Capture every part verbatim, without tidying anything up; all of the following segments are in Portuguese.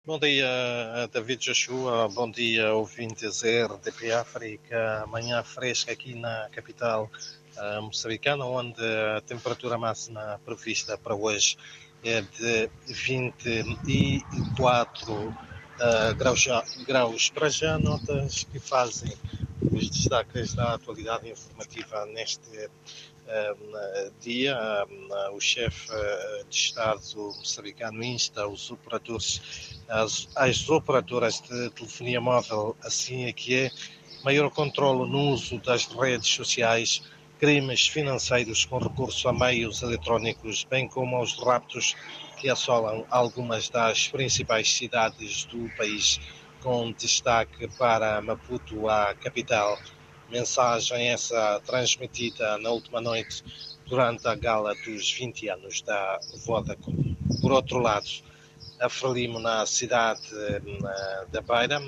Bom dia, David Joshua. Bom dia, ouvintes R D P África. Manhã fresca aqui na capital uh, moçambicana, onde a temperatura máxima prevista para hoje é de vinte e quatro uh, graus, graus. Para já, notas que fazem os destaques da atualidade informativa neste uh, dia. Uh, o chefe de Estado moçambicano insta os operadores, as, as operadoras de telefonia móvel, assim é que é, maior controle no uso das redes sociais, crimes financeiros com recurso a meios eletrónicos, bem como os raptos que assolam algumas das principais cidades do país, com destaque para Maputo, a capital. Mensagem essa transmitida na última noite durante a gala dos vinte anos da Vodacom. Por outro lado, a Frelimo, na cidade da Beira,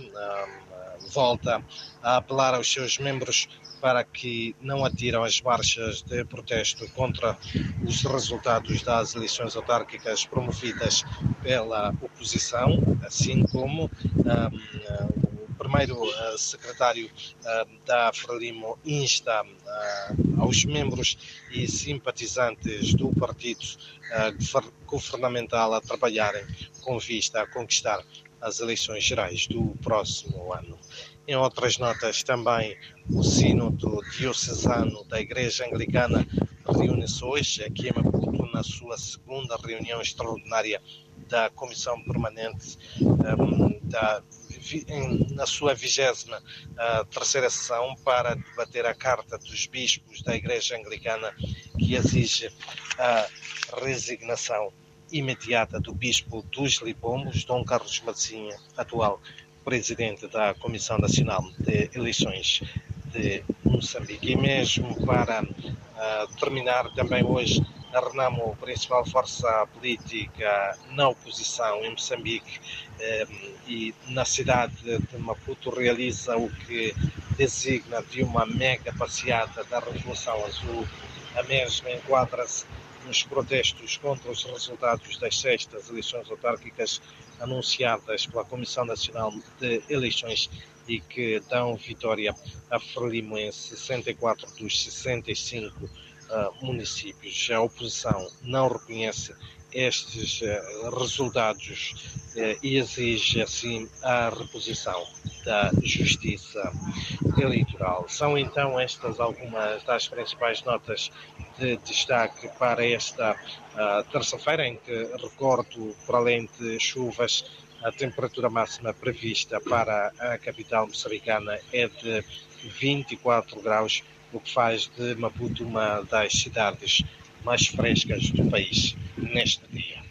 volta a apelar aos seus membros para que não adiram as marchas de protesto contra os resultados das eleições autárquicas promovidas pela oposição, assim como um, o primeiro uh, secretário uh, da Frelimo insta uh, aos membros e simpatizantes do partido uh, governamental a trabalharem com vista a conquistar as eleições gerais do próximo ano. Em outras notas também, o Sínodo Diocesano da Igreja Anglicana reúne-se hoje aqui em Maputo na sua segunda reunião extraordinária da Comissão Permanente um, da, em, na sua vigésima uh, terceira sessão para debater a Carta dos Bispos da Igreja Anglicana, que exige a resignação imediata do Bispo dos Lipombos, Dom Carlos Mazinha, atual presidente da Comissão Nacional de Eleições de Moçambique. E mesmo para uh, terminar, também hoje a Renamo, principal força política na oposição em Moçambique eh, e na cidade de Maputo, realiza o que designa de uma mega passeata da Revolução Azul. A mesma enquadra-se nos protestos contra os resultados das sextas eleições autárquicas anunciadas pela Comissão Nacional de Eleições e que dão vitória a Frelimo em sessenta e quatro dos sessenta e cinco uh, municípios. A oposição não reconhece estes uh, resultados uh, e exige assim a reposição da justiça eleitoral. São então estas algumas das principais notas de destaque para esta uh, terça-feira, em que, recordo, por além de chuvas, a temperatura máxima prevista para a capital moçambicana é de vinte e quatro graus, o que faz de Maputo uma das cidades mais frescas do país neste dia.